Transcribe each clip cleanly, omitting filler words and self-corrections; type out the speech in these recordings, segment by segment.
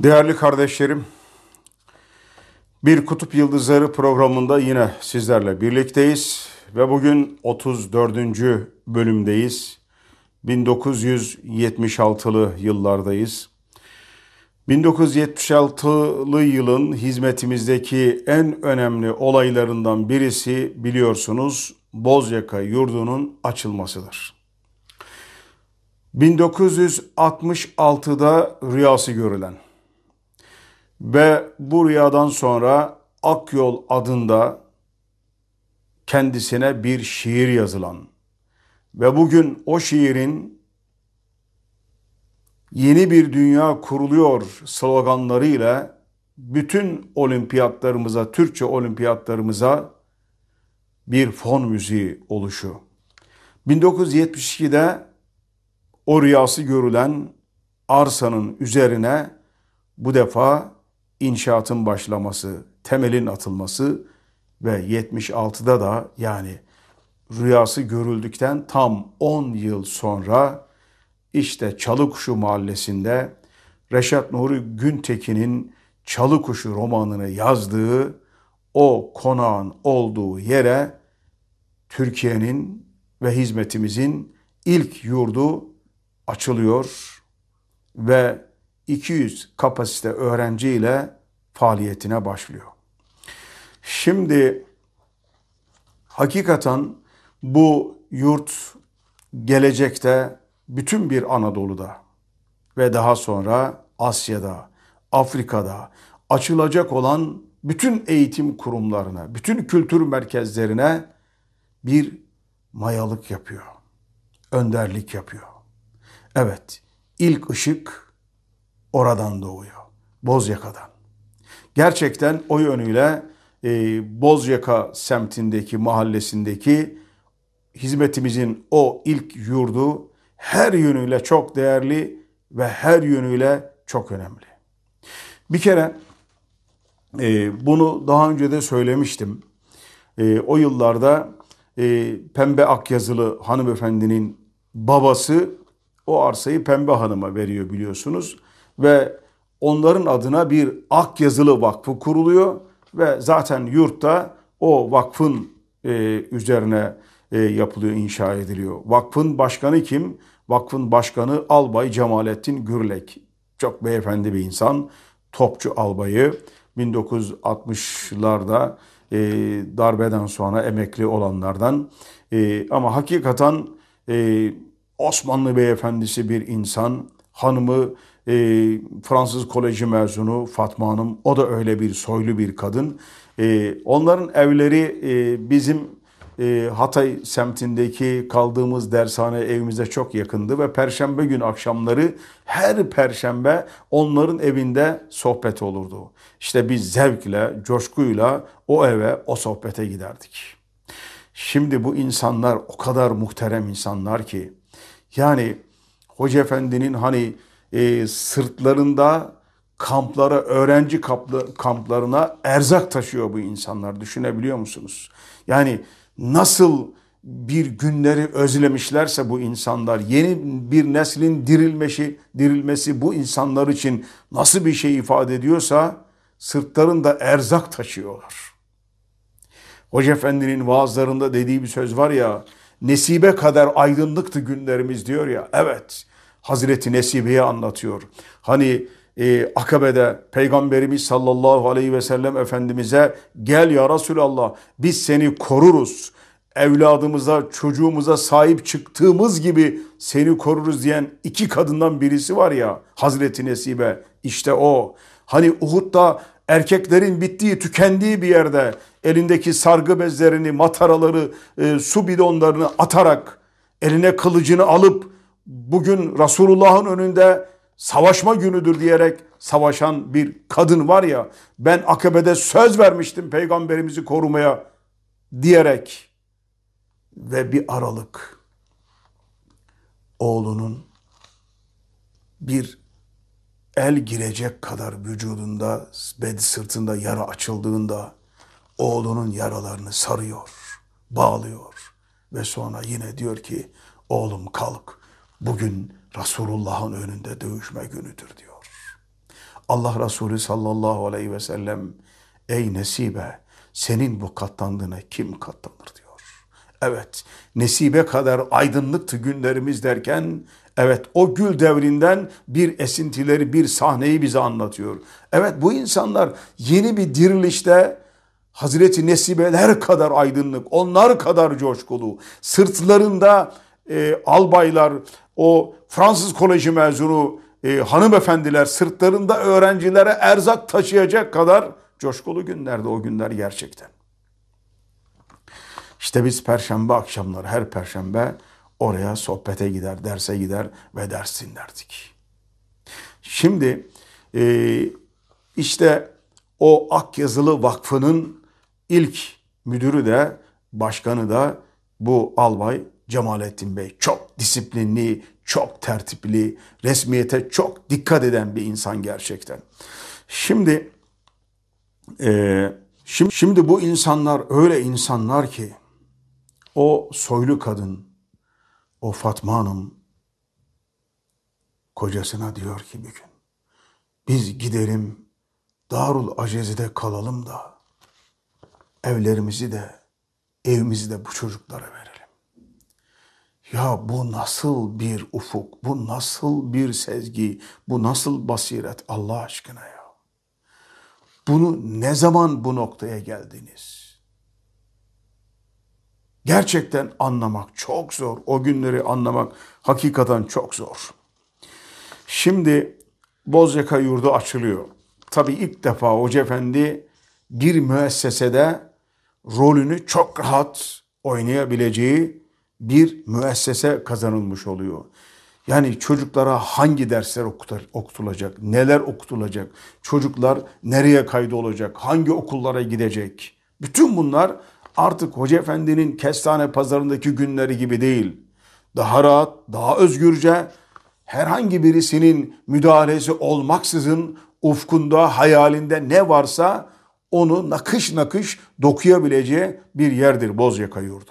Değerli kardeşlerim, Bir Kutup Yıldızları programında yine sizlerle birlikteyiz ve bugün 34. bölümdeyiz. 1976'lı yıllardayız. 1976'lı yılın hizmetimizdeki en önemli olaylarından birisi biliyorsunuz Bozyaka yurdunun açılmasıdır. 1966'da rüyası görülen ve bu rüyadan sonra Akyol adında kendisine bir şiir yazılan ve bugün o şiirin yeni bir dünya kuruluyor sloganlarıyla bütün olimpiyatlarımıza, Türkçe olimpiyatlarımıza bir fon müziği oluşu. 1972'de o rüyası görülen arsanın üzerine bu defa inşaatın başlaması, temelin atılması ve 76'da da yani rüyası görüldükten tam 10 yıl sonra işte Çalıkuşu mahallesinde Reşat Nuri Güntekin'in Çalıkuşu romanını yazdığı o konağın olduğu yere Türkiye'nin ve hizmetimizin ilk yurdu açılıyor ve 200 kapasite öğrenciyle faaliyetine başlıyor. Şimdi hakikaten bu yurt gelecekte bütün bir Anadolu'da ve daha sonra Asya'da, Afrika'da açılacak olan bütün eğitim kurumlarına, bütün kültür merkezlerine bir mayalık yapıyor, önderlik yapıyor. Evet, ilk ışık oradan doğuyor, Bozyaka'dan. Gerçekten o yönüyle Bozyaka semtindeki, mahallesindeki hizmetimizin o ilk yurdu her yönüyle çok değerli ve her yönüyle çok önemli. Bir kere bunu daha önce de söylemiştim. O yıllarda Pembe Akyazılı hanımefendinin babası o arsayı Pembe Hanım'a veriyor biliyorsunuz. Ve onların adına bir Akyazılı Vakfı kuruluyor ve zaten yurtta o vakfın üzerine yapılıyor, inşa ediliyor. Vakfın başkanı kim? Vakfın başkanı Albay Cemalettin Gürlek. Çok beyefendi bir insan. Topçu albayı. 1960'larda darbeden sonra emekli olanlardan. Ama hakikaten Osmanlı beyefendisi bir insan. Hanımı Fransız Koleji mezunu Fatma Hanım. O da öyle bir soylu bir kadın. Onların evleri bizim Hatay semtindeki kaldığımız dershane evimize çok yakındı ve Perşembe gün akşamları her Perşembe onların evinde sohbet olurdu. İşte biz zevkle, coşkuyla o eve, o sohbete giderdik. Şimdi bu insanlar o kadar muhterem insanlar ki yani Hoca Efendi'nin hani sırtlarında kamplara, öğrenci kamplarına erzak taşıyor bu insanlar. Düşünebiliyor musunuz? Yani nasıl bir günleri özlemişlerse bu insanlar, yeni bir neslin dirilmesi bu insanlar için nasıl bir şey ifade ediyorsa sırtlarında erzak taşıyorlar. Hoca Efendi'nin vaazlarında dediği bir söz var ya, nesibe kadar aydınlıktı günlerimiz diyor ya. Evet, Hazreti Nesibe'yi anlatıyor. Hani Akabe'de Peygamberimiz sallallahu aleyhi ve sellem Efendimiz'e gel ya Resulallah biz seni koruruz. Evladımıza, çocuğumuza sahip çıktığımız gibi seni koruruz diyen iki kadından birisi var ya Hazreti Nesibe. İşte o. Hani Uhud'da erkeklerin bittiği, tükendiği bir yerde elindeki sargı bezlerini, mataraları, su bidonlarını atarak eline kılıcını alıp bugün Resulullah'ın önünde savaşma günüdür diyerek savaşan bir kadın var ya, ben Akabe'de söz vermiştim peygamberimizi korumaya diyerek ve bir aralık oğlunun bir el girecek kadar vücudunda, sırtında yara açıldığında oğlunun yaralarını sarıyor, bağlıyor ve sonra yine diyor ki oğlum kalk bugün Resulullah'ın önünde dövüşme günüdür diyor. Allah Resulü sallallahu aleyhi ve sellem ey Nesibe senin bu katlandığına kim katlanır diyor. Evet, Nesibe kadar aydınlıktı günlerimiz derken evet o gül devrinden bir esintileri, bir sahneyi bize anlatıyor. Evet bu insanlar yeni bir dirilişte Hazreti Nesibeler kadar aydınlık, onlar kadar coşkulu, sırtlarında albaylar, o Fransız Koleji mezunu hanımefendiler sırtlarında öğrencilere erzak taşıyacak kadar coşkulu günlerdi o günler gerçekten. İşte biz perşembe akşamları her perşembe oraya sohbete gider, derse gider ve ders dinlerdik. Şimdi işte o Akyazılı Vakfı'nın ilk müdürü de başkanı da bu albay Cemalettin Bey. Çok disiplinli, çok tertipli, resmiyete çok dikkat eden bir insan gerçekten. Şimdi şimdi bu insanlar öyle insanlar ki o soylu kadın, o Fatma Hanım kocasına diyor ki bir gün biz gidelim Darul Acezi'de kalalım da evimizi de bu çocuklara verelim. Ya bu nasıl bir ufuk, bu nasıl bir sezgi, bu nasıl basiret Allah aşkına ya. Bunu ne zaman bu noktaya geldiniz? Gerçekten anlamak çok zor. O günleri anlamak hakikaten çok zor. Şimdi Bozyaka Yurdu açılıyor. Tabii ilk defa Hoca Efendi bir müessesede rolünü çok rahat oynayabileceği bir müessese kazanılmış oluyor. Yani çocuklara hangi dersler okutulacak, neler okutulacak, çocuklar nereye kaydolacak, hangi okullara gidecek. Bütün bunlar artık Hoca Efendi'nin Kestane Pazarı'ndaki günleri gibi değil. Daha rahat, daha özgürce, herhangi birisinin müdahalesi olmaksızın ufkunda, hayalinde ne varsa onu nakış nakış dokuyabileceği bir yerdir Bozyaka Yurdu.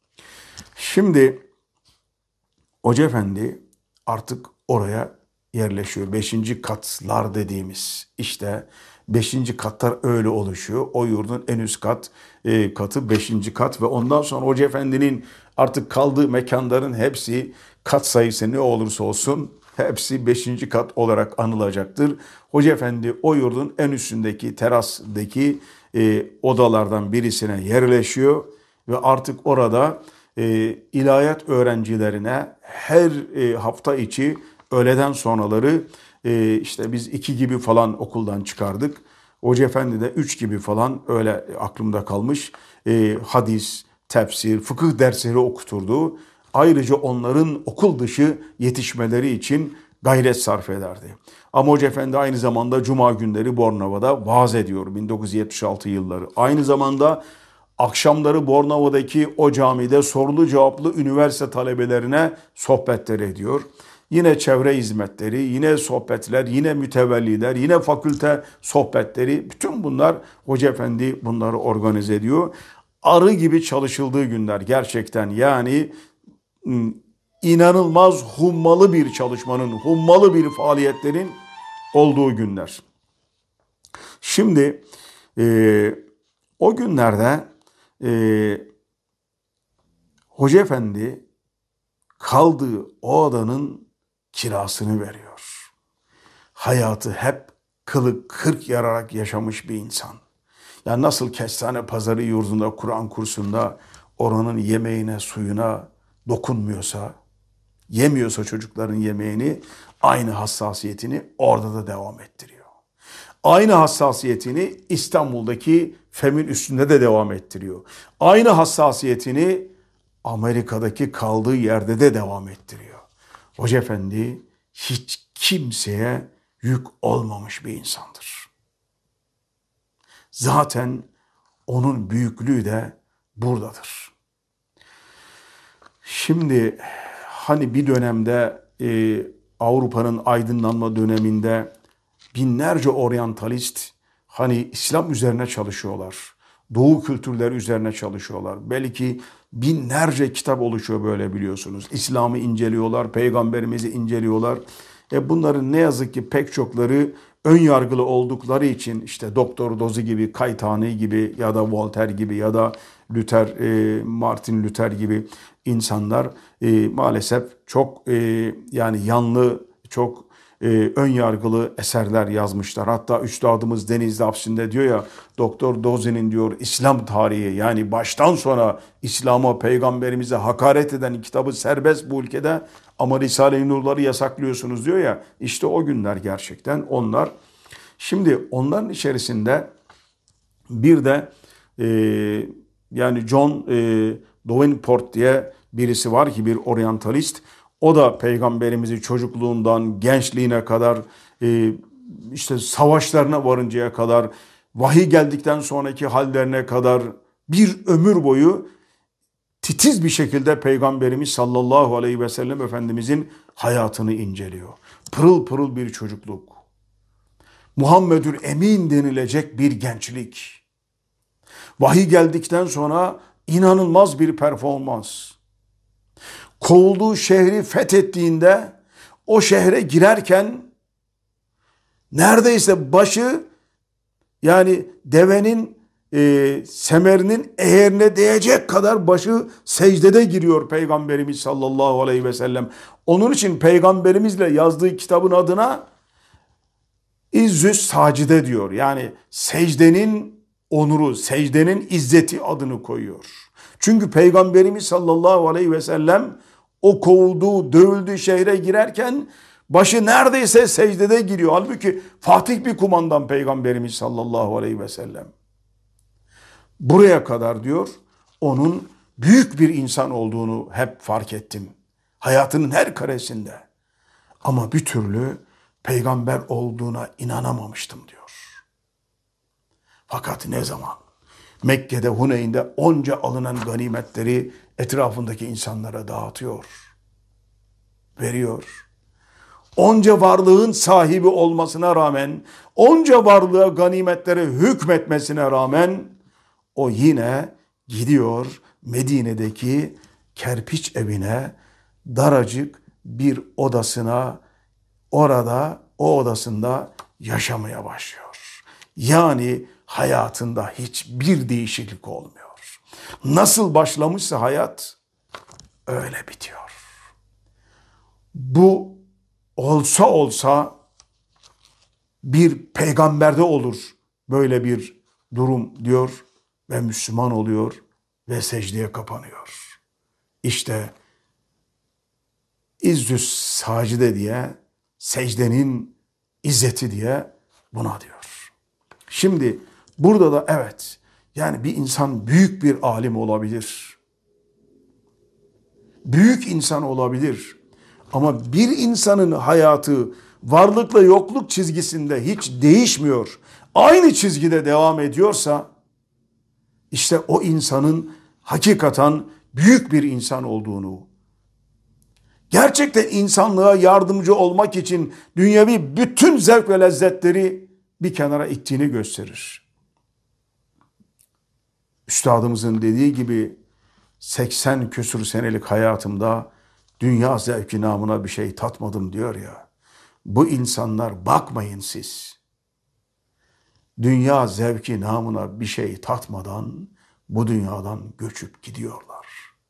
Şimdi Hoca Efendi artık oraya yerleşiyor. 5. katlar dediğimiz işte 5. katlar öyle oluşuyor. O yurdun en üst katı 5. kat ve ondan sonra Hoca Efendi'nin artık kaldığı mekanların hepsi kat sayısı ne olursa olsun hepsi 5. kat olarak anılacaktır. Hoca Efendi o yurdun en üstündeki terastaki odalardan birisine yerleşiyor ve artık orada ilahiyat öğrencilerine her hafta içi öğleden sonraları işte biz 2 gibi falan okuldan çıkardık. Hoca Efendi de 3 gibi falan öyle aklımda kalmış hadis, tefsir, fıkıh dersleri okuturdu. Ayrıca onların okul dışı yetişmeleri için gayret sarf ederdi. Ama Hoca Efendi aynı zamanda Cuma günleri Bornova'da vaaz ediyor 1976 yılları. Aynı zamanda akşamları Bornova'daki o camide sorulu cevaplı üniversite talebelerine sohbetler ediyor. Yine çevre hizmetleri, yine sohbetler, yine mütevelliler, yine fakülte sohbetleri. Bütün bunlar Hoca Efendi bunları organize ediyor. Arı gibi çalışıldığı günler gerçekten yani inanılmaz hummalı bir çalışmanın, hummalı bir faaliyetlerin olduğu günler. Şimdi o günlerde Hoca Efendi kaldığı o odanın kirasını veriyor. Hayatı hep kılı kırk yararak yaşamış bir insan. Yani nasıl Kestane Pazarı yurdunda, Kur'an kursunda oranın yemeğine, suyuna dokunmuyorsa, yemiyorsa çocukların yemeğini, aynı hassasiyetini orada da devam ettiriyor. Aynı hassasiyetini İstanbul'daki FEM'in üstünde de devam ettiriyor. Aynı hassasiyetini Amerika'daki kaldığı yerde de devam ettiriyor. Hoca Efendi hiç kimseye yük olmamış bir insandır. Zaten onun büyüklüğü de buradadır. Şimdi hani bir dönemde Avrupa'nın aydınlanma döneminde binlerce oryantalist hani İslam üzerine çalışıyorlar. Doğu kültürleri üzerine çalışıyorlar. Belki binlerce kitap oluşuyor böyle biliyorsunuz. İslam'ı inceliyorlar, peygamberimizi inceliyorlar. Bunların ne yazık ki pek çokları ön yargılı oldukları için işte Doktor Dozi gibi, Kaytani gibi ya da Voltaire gibi ya da Martin Luther gibi insanlar maalesef çok yani yanlı, çok ön yargılı eserler yazmışlar. Hatta üstadımız Denizli Hapsi'nde diyor ya, Doktor Dozi'nin diyor İslam tarihi, yani baştan sona İslam'a, peygamberimize hakaret eden kitabı serbest bu ülkede ama Risale-i Nur'ları yasaklıyorsunuz diyor ya, işte o günler gerçekten onlar. Şimdi onların içerisinde bir de e, yani John Davenport diye birisi var ki, bir oryantalist. O da peygamberimizi çocukluğundan gençliğine kadar, işte savaşlarına varıncaya kadar, vahiy geldikten sonraki hallerine kadar bir ömür boyu titiz bir şekilde Peygamberimiz sallallahu aleyhi ve sellem Efendimizin hayatını inceliyor. Pırıl pırıl bir çocukluk. Muhammedül Emin denilecek bir gençlik. Vahiy geldikten sonra inanılmaz bir performans. Kovulduğu şehri fethettiğinde o şehre girerken neredeyse başı, yani devenin semerinin eğerine değecek kadar başı secdede giriyor Peygamberimiz sallallahu aleyhi ve sellem. Onun için Peygamberimizle yazdığı kitabın adına İzzüs Sacide diyor. Yani secdenin onuru, secdenin izzeti adını koyuyor. Çünkü Peygamberimiz sallallahu aleyhi ve sellem o kovulduğu, dövüldüğü şehre girerken başı neredeyse secdede giriyor. Halbuki fatih bir kumandan Peygamberimiz sallallahu aleyhi ve sellem. Buraya kadar diyor, onun büyük bir insan olduğunu hep fark ettim. Hayatının her karesinde. Ama bir türlü peygamber olduğuna inanamamıştım diyor. Fakat ne zaman Mekke'de, Huneyn'de onca alınan ganimetleri etrafındaki insanlara dağıtıyor, veriyor. Onca varlığın sahibi olmasına rağmen, onca varlığa, ganimetlere hükmetmesine rağmen o yine gidiyor Medine'deki kerpiç evine, daracık bir odasına, orada o odasında yaşamaya başlıyor. Yani hayatında hiçbir değişiklik olmuyor. Nasıl başlamışsa hayat öyle bitiyor. Bu olsa bir peygamberde olur böyle bir durum diyor ve Müslüman oluyor ve secdeye kapanıyor. İşte İzzüs Sacide diye, secdenin izzeti diye buna diyor. Şimdi burada da evet, yani bir insan büyük bir alim olabilir. Büyük insan olabilir. Ama bir insanın hayatı varlıkla yokluk çizgisinde hiç değişmiyor, aynı çizgide devam ediyorsa, işte o insanın hakikaten büyük bir insan olduğunu, gerçekten insanlığa yardımcı olmak için dünyevi bütün zevk ve lezzetleri bir kenara ittiğini gösterir. Üstadımızın dediği gibi 80 küsur senelik hayatımda dünya zevki namına bir şey tatmadım diyor ya. Bu insanlar, bakmayın siz, dünya zevki namına bir şey tatmadan bu dünyadan göçüp gidiyorlar.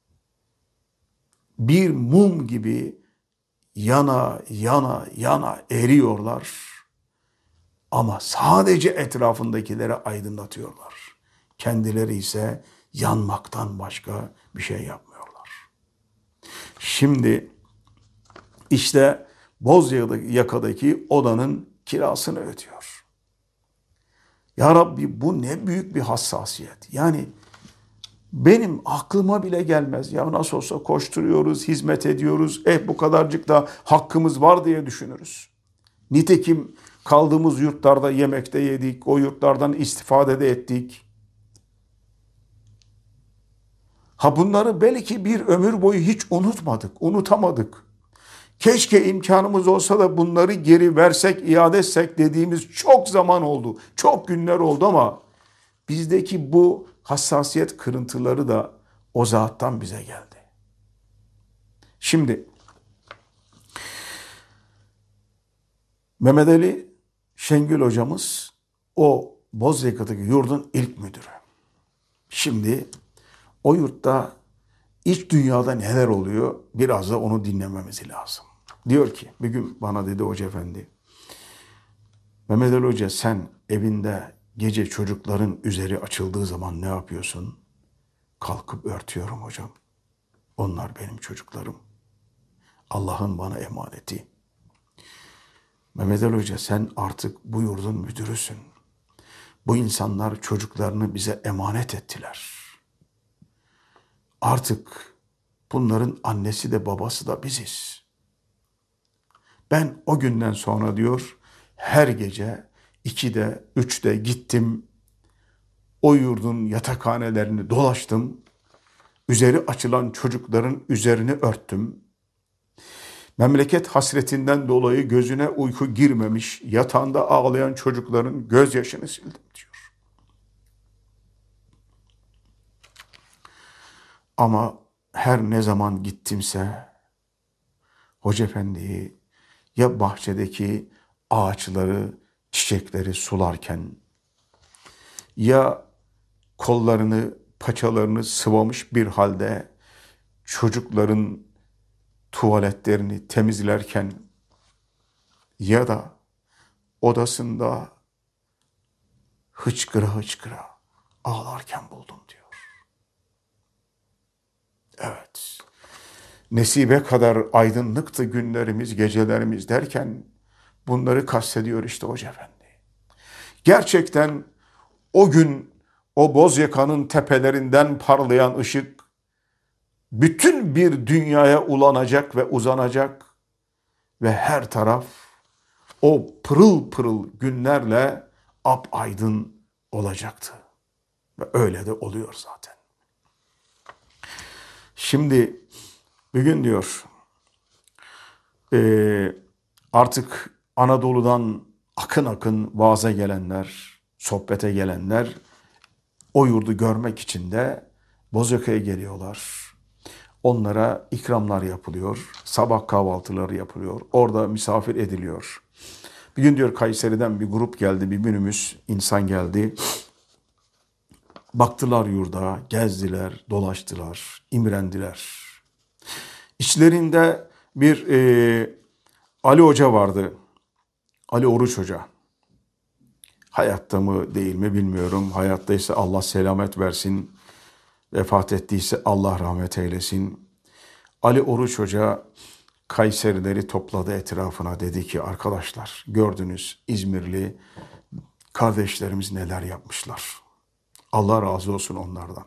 Bir mum gibi yana yana eriyorlar ama sadece etrafındakileri aydınlatıyorlar. Kendileri ise yanmaktan başka bir şey yapmıyorlar. Şimdi işte Bozyaka'daki odanın kirasını ödüyor. Ya Rabbi, bu ne büyük bir hassasiyet. Yani benim aklıma bile gelmez. Ya nasıl olsa koşturuyoruz, hizmet ediyoruz. Bu kadarcık da hakkımız var diye düşünürüz. Nitekim kaldığımız yurtlarda yemekte yedik, o yurtlardan istifade de ettik. Bunları belki bir ömür boyu hiç unutamadık. Keşke imkanımız olsa da bunları geri versek, iade etsek dediğimiz çok zaman oldu. Çok günler oldu ama bizdeki bu hassasiyet kırıntıları da o zattan bize geldi. Şimdi Mehmet Ali Şengül hocamız o Bozyaka'daki yurdun ilk müdürü. Şimdi o yurtta iç dünyada neler oluyor biraz da onu dinlememiz lazım. Diyor ki bir gün bana dedi Hoca Efendi, Mehmet Ali Hoca sen evinde gece çocukların üzeri açıldığı zaman ne yapıyorsun? Kalkıp örtüyorum hocam. Onlar benim çocuklarım. Allah'ın bana emaneti. Mehmet Ali Hoca sen artık bu yurdun müdürüsün. Bu insanlar çocuklarını bize emanet ettiler. Artık bunların annesi de babası da biziz. Ben o günden sonra diyor her gece 2'de 3'te gittim. O yurdun yatakhanelerini dolaştım. Üzeri açılan çocukların üzerini örttüm. Memleket hasretinden dolayı gözüne uyku girmemiş, yatağında ağlayan çocukların gözyaşını sildim diyor. Ama her ne zaman gittimse Hoca Efendi'yi ya bahçedeki ağaçları, çiçekleri sularken ya kollarını, paçalarını sıvamış bir halde çocukların tuvaletlerini temizlerken ya da odasında hıçkıra hıçkıra ağlarken buldum diyor. Evet. Nesibe kadar aydınlıktı günlerimiz, gecelerimiz derken bunları kastediyor işte Hoca Efendi. Gerçekten o gün o Bozyaka'nın tepelerinden parlayan ışık bütün bir dünyaya ulanacak ve uzanacak ve her taraf o pırıl pırıl günlerle apaydın olacaktı. Ve öyle de oluyor zaten. Şimdi bugün diyor artık Anadolu'dan akın akın vaaza gelenler, sohbete gelenler o yurdu görmek için de Bozyaka'ya geliyorlar. Onlara ikramlar yapılıyor, sabah kahvaltıları yapılıyor, orada misafir ediliyor. Bir gün diyor Kayseri'den bir grup geldi, bir minibüs insan geldi. Baktılar yurda, gezdiler, dolaştılar, imrendiler. İçlerinde bir Ali Hoca vardı, Ali Oruç Hoca. Hayatta mı değil mi bilmiyorum. Hayattaysa Allah selamet versin. Vefat ettiyse Allah rahmet eylesin. Ali Oruç Hoca Kayserileri topladı etrafına, dedi ki arkadaşlar gördünüz İzmirli kardeşlerimiz neler yapmışlar. Allah razı olsun onlardan.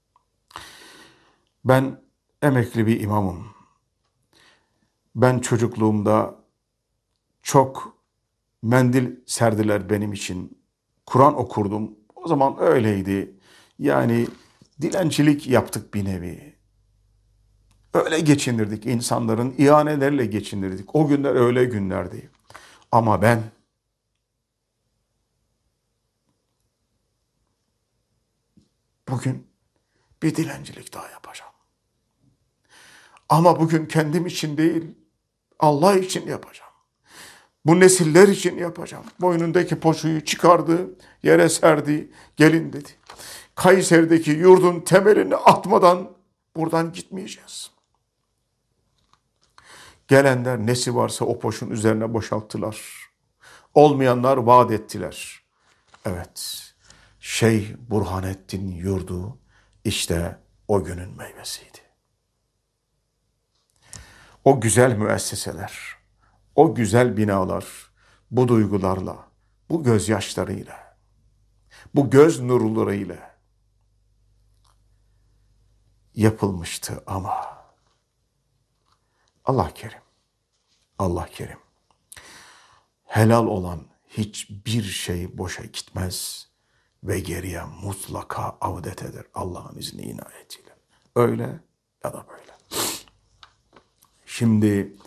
Ben emekli bir imamım. Ben çocukluğumda çok mendil serdiler benim için. Kur'an okurdum. O zaman öyleydi. Yani dilencilik yaptık bir nevi. Öyle geçindirdik, insanların ihanelerle geçindirdik. O günler öyle günlerdi. Ama ben bugün bir dilencilik daha yapacağım. Ama bugün kendim için değil, Allah için yapacağım. Bu nesiller için yapacağım. Boynundaki poşuyu çıkardı, yere serdi, gelin dedi. Kayseri'deki yurdun temelini atmadan buradan gitmeyeceğiz. Gelenler nesi varsa o poşun üzerine boşalttılar. Olmayanlar vaat ettiler. Evet, Şeyh Burhanettin yurdu işte o günün meyvesiydi. O güzel müesseseler, o güzel binalar, bu duygularla, bu gözyaşlarıyla, bu göz nurlarıyla yapılmıştı ama Allah kerim, Allah kerim. Helal olan hiçbir şey boşa gitmez ve geriye mutlaka avdet eder Allah'ın izni inayetiyle. Öyle ya da böyle. Şimdi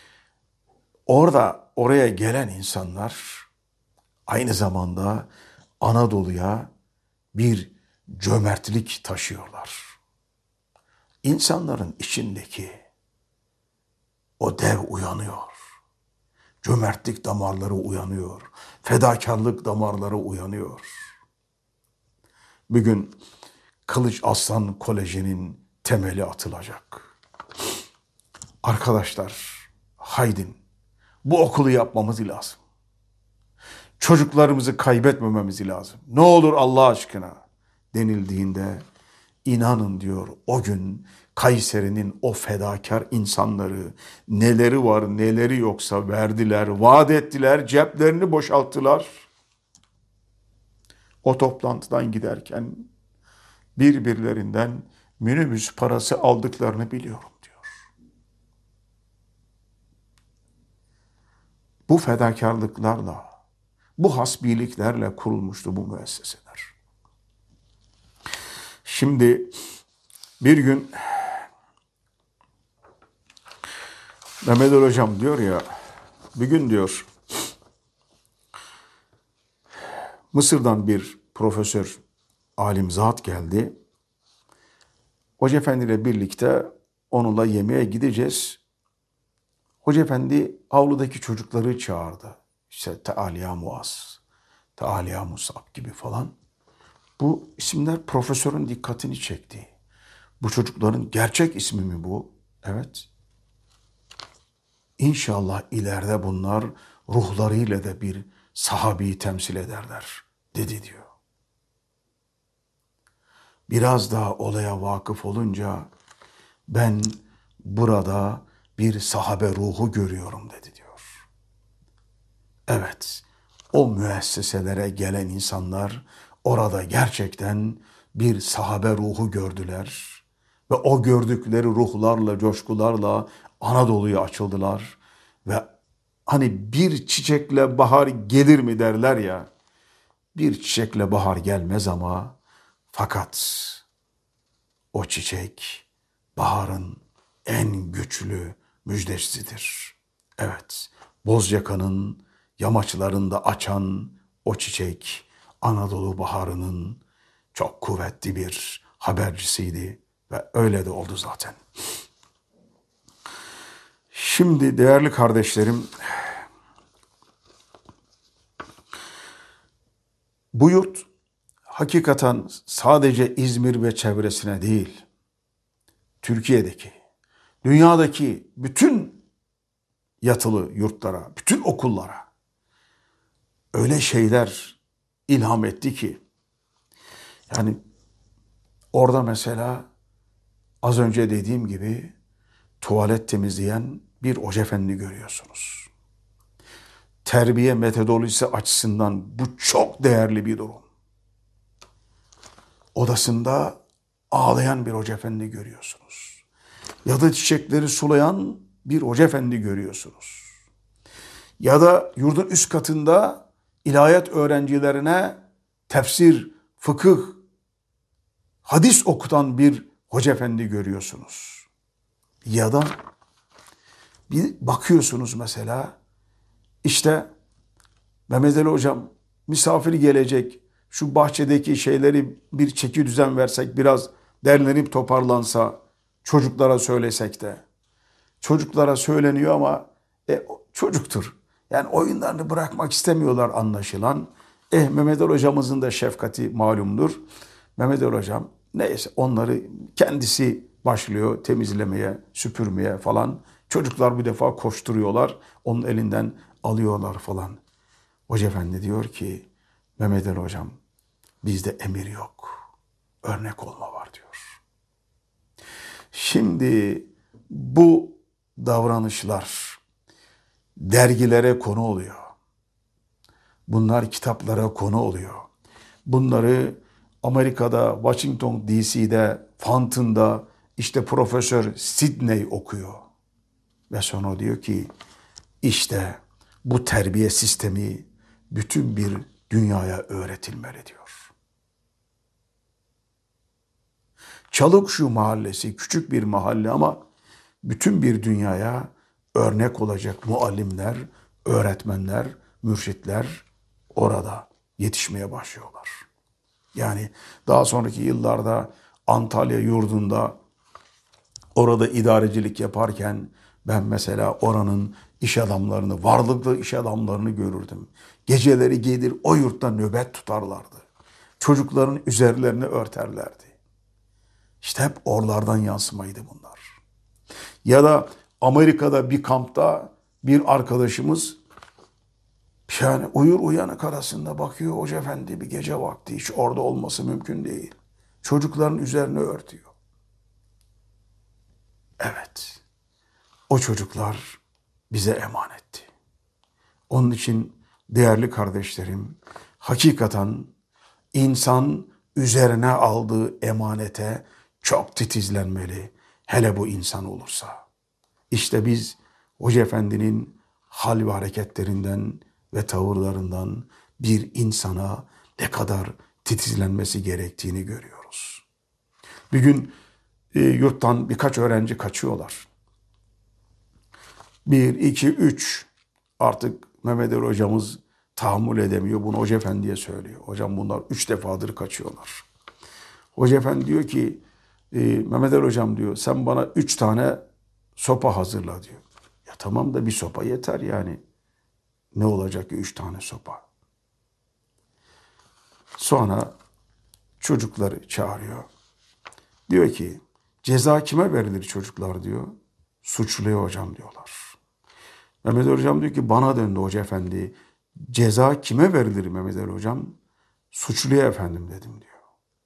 oraya gelen insanlar aynı zamanda Anadolu'ya bir cömertlik taşıyorlar. İnsanların içindeki o dev uyanıyor Cömertlik damarları uyanıyor. Fedakarlık damarları uyanıyor. Bir gün Kılıç Aslan Koleji'nin temeli atılacak. Arkadaşlar, haydin bu okulu yapmamız lazım. Çocuklarımızı kaybetmememiz lazım. Ne olur Allah aşkına denildiğinde inanın diyor o gün Kayseri'nin o fedakar insanları neleri var neleri yoksa verdiler, vaat ettiler, ceplerini boşalttılar. O toplantıdan giderken birbirlerinden minibüs parası aldıklarını biliyorum diyor. Bu fedakarlıklarla, bu hasbiliklerle kurulmuştu bu müesseseler. Şimdi bir gün Mehmet Ali Hocam diyor ya, bir gün diyor Mısır'dan bir profesör, alim zat geldi. Hoca Efendi ile birlikte onunla yemeğe gideceğiz. Hoca Efendi avludaki çocukları çağırdı. İşte Tealiya Muaz, Tealiya Musab gibi falan. Bu isimler profesörün dikkatini çekti. Bu çocukların gerçek ismi mi bu? Evet. İnşallah ileride bunlar ruhlarıyla da bir sahabeyi temsil ederler dedi diyor. Biraz daha olaya vakıf olunca ben burada bir sahabe ruhu görüyorum dedi diyor. Evet, o müesseselere gelen insanlar orada gerçekten bir sahabe ruhu gördüler. Ve o gördükleri ruhlarla, coşkularla Anadolu'ya açıldılar. Ve hani bir çiçekle bahar gelir mi derler ya, bir çiçekle bahar gelmez ama fakat o çiçek baharın en güçlü müjdecisidir. Evet, Bozyaka'nın yamaçlarında açan o çiçek Anadolu baharının çok kuvvetli bir habercisiydi ve öyle de oldu zaten. Şimdi değerli kardeşlerim, bu yurt hakikaten sadece İzmir ve çevresine değil, Türkiye'deki, dünyadaki bütün yatılı yurtlara, bütün okullara öyle şeyler ilham etti ki, yani orada mesela az önce dediğim gibi tuvalet temizleyen bir hoca efendi görüyorsunuz. Terbiye metodolojisi açısından bu çok değerli bir durum. Odasında ağlayan bir hoca efendi görüyorsunuz. Ya da çiçekleri sulayan bir hoca efendi görüyorsunuz. Ya da yurdun üst katında ilahiyat öğrencilerine tefsir, fıkıh, hadis okutan bir hoca efendi görüyorsunuz. Ya da bir bakıyorsunuz mesela, işte Mehmet Ali Hocam misafir gelecek, şu bahçedeki şeyleri bir çeki düzen versek, biraz derlenip toparlansa, çocuklara söylesek de. Çocuklara söyleniyor ama çocuktur. Yani oyunlarını bırakmak istemiyorlar anlaşılan. Mehmet Ali Hocamızın da şefkati malumdur. Mehmet Ali Hocam neyse onları kendisi başlıyor temizlemeye, süpürmeye falan. Çocuklar bir defa koşturuyorlar, onun elinden alıyorlar falan. Hoca Efendi diyor ki, Mehmet Ali Hocam bizde emir yok, örnek olma var diyor. Şimdi bu davranışlar dergilere konu oluyor. Bunlar kitaplara konu oluyor. Bunları Amerika'da, Washington DC'de, Fountain'da işte Profesör Sidney okuyor. Ve sonra diyor ki işte bu terbiye sistemi bütün bir dünyaya öğretilmeli diyor. Çalıkuşu mahallesi küçük bir mahalle ama bütün bir dünyaya örnek olacak muallimler, öğretmenler, mürşitler orada yetişmeye başlıyorlar. Yani daha sonraki yıllarda Antalya yurdunda orada idarecilik yaparken Ben mesela oranın iş adamlarını, varlıklı iş adamlarını görürdüm. Geceleri gelir o yurtta nöbet tutarlardı. Çocukların üzerlerini örterlerdi. İşte hep oralardan yansımaydı bunlar. Ya da Amerika'da bir kampta bir arkadaşımız yani uyur uyanık arasında bakıyor, Hoca Efendi bir gece vakti hiç orada olması mümkün değil. Çocukların üzerine örtüyor. Evet, o çocuklar bize emanetti. Onun için değerli kardeşlerim, hakikaten insan üzerine aldığı emanete çok titizlenmeli. Hele bu insan olursa. İşte biz Hoca Efendi'nin hal ve hareketlerinden ve tavırlarından bir insana ne kadar titizlenmesi gerektiğini görüyoruz. Bir gün yurttan birkaç öğrenci kaçıyorlar. 1, 2, 3 artık Mehmet Ali hocamız tahammül edemiyor. Bunu Hoca Efendi'ye söylüyor. Hocam bunlar 3 defadır kaçıyorlar. Hoca Efendi diyor ki Mehmet Ali hocam diyor sen bana 3 tane sopa hazırla diyor. Ya tamam da bir sopa yeter yani. Ne olacak ki 3 tane sopa? Sonra çocukları çağırıyor. Diyor ki ceza kime verilir çocuklar diyor. Suçluya hocam diyorlar. Mehmet Ali hocam diyor ki bana döndü Hoca Efendi. Ceza kime verilir Mehmet Ali hocam? Suçluya efendim dedim diyor.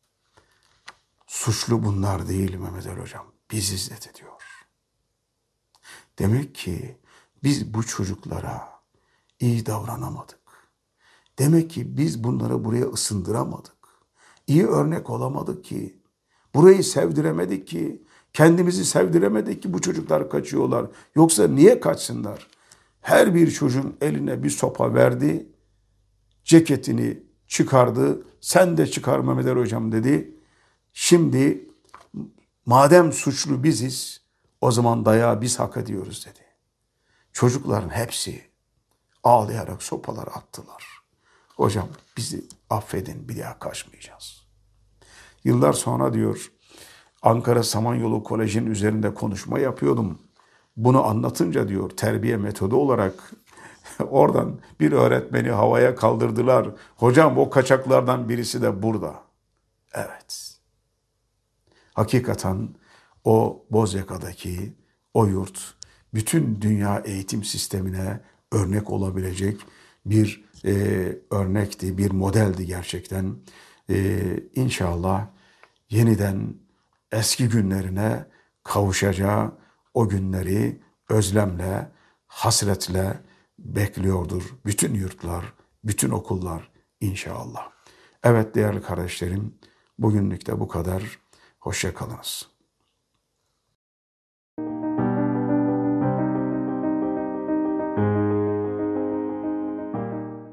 Suçlu bunlar değil Mehmet Ali hocam. Biziz dedi diyor. Demek ki biz bu çocuklara iyi davranamadık. Demek ki biz bunları buraya ısındıramadık. İyi örnek olamadık ki. Burayı sevdiremedik ki. Kendimizi sevdiremedik ki bu çocuklar kaçıyorlar. Yoksa niye kaçsınlar? Her bir çocuğun eline bir sopa verdi. Ceketini çıkardı. Sen de çıkar Mehmet Ali hocam dedi. Şimdi madem suçlu biziz o zaman dayağı biz hak ediyoruz dedi. Çocukların hepsi ağlayarak sopalar attılar. Hocam bizi affedin bir daha kaçmayacağız. Yıllar sonra diyor Ankara Samanyolu Koleji'nin üzerinde konuşma yapıyordum. Bunu anlatınca diyor terbiye metodu olarak oradan bir öğretmeni havaya kaldırdılar. Hocam o kaçaklardan birisi de burada. Evet. Hakikaten o Bozyaka'daki o yurt bütün dünya eğitim sistemine örnek olabilecek bir örnekti, bir modeldi gerçekten. İnşallah yeniden eski günlerine kavuşacağı o günleri özlemle, hasretle bekliyordur bütün yurtlar, bütün okullar inşallah. Evet değerli kardeşlerim, bugünlük de bu kadar. Hoşça kalınız.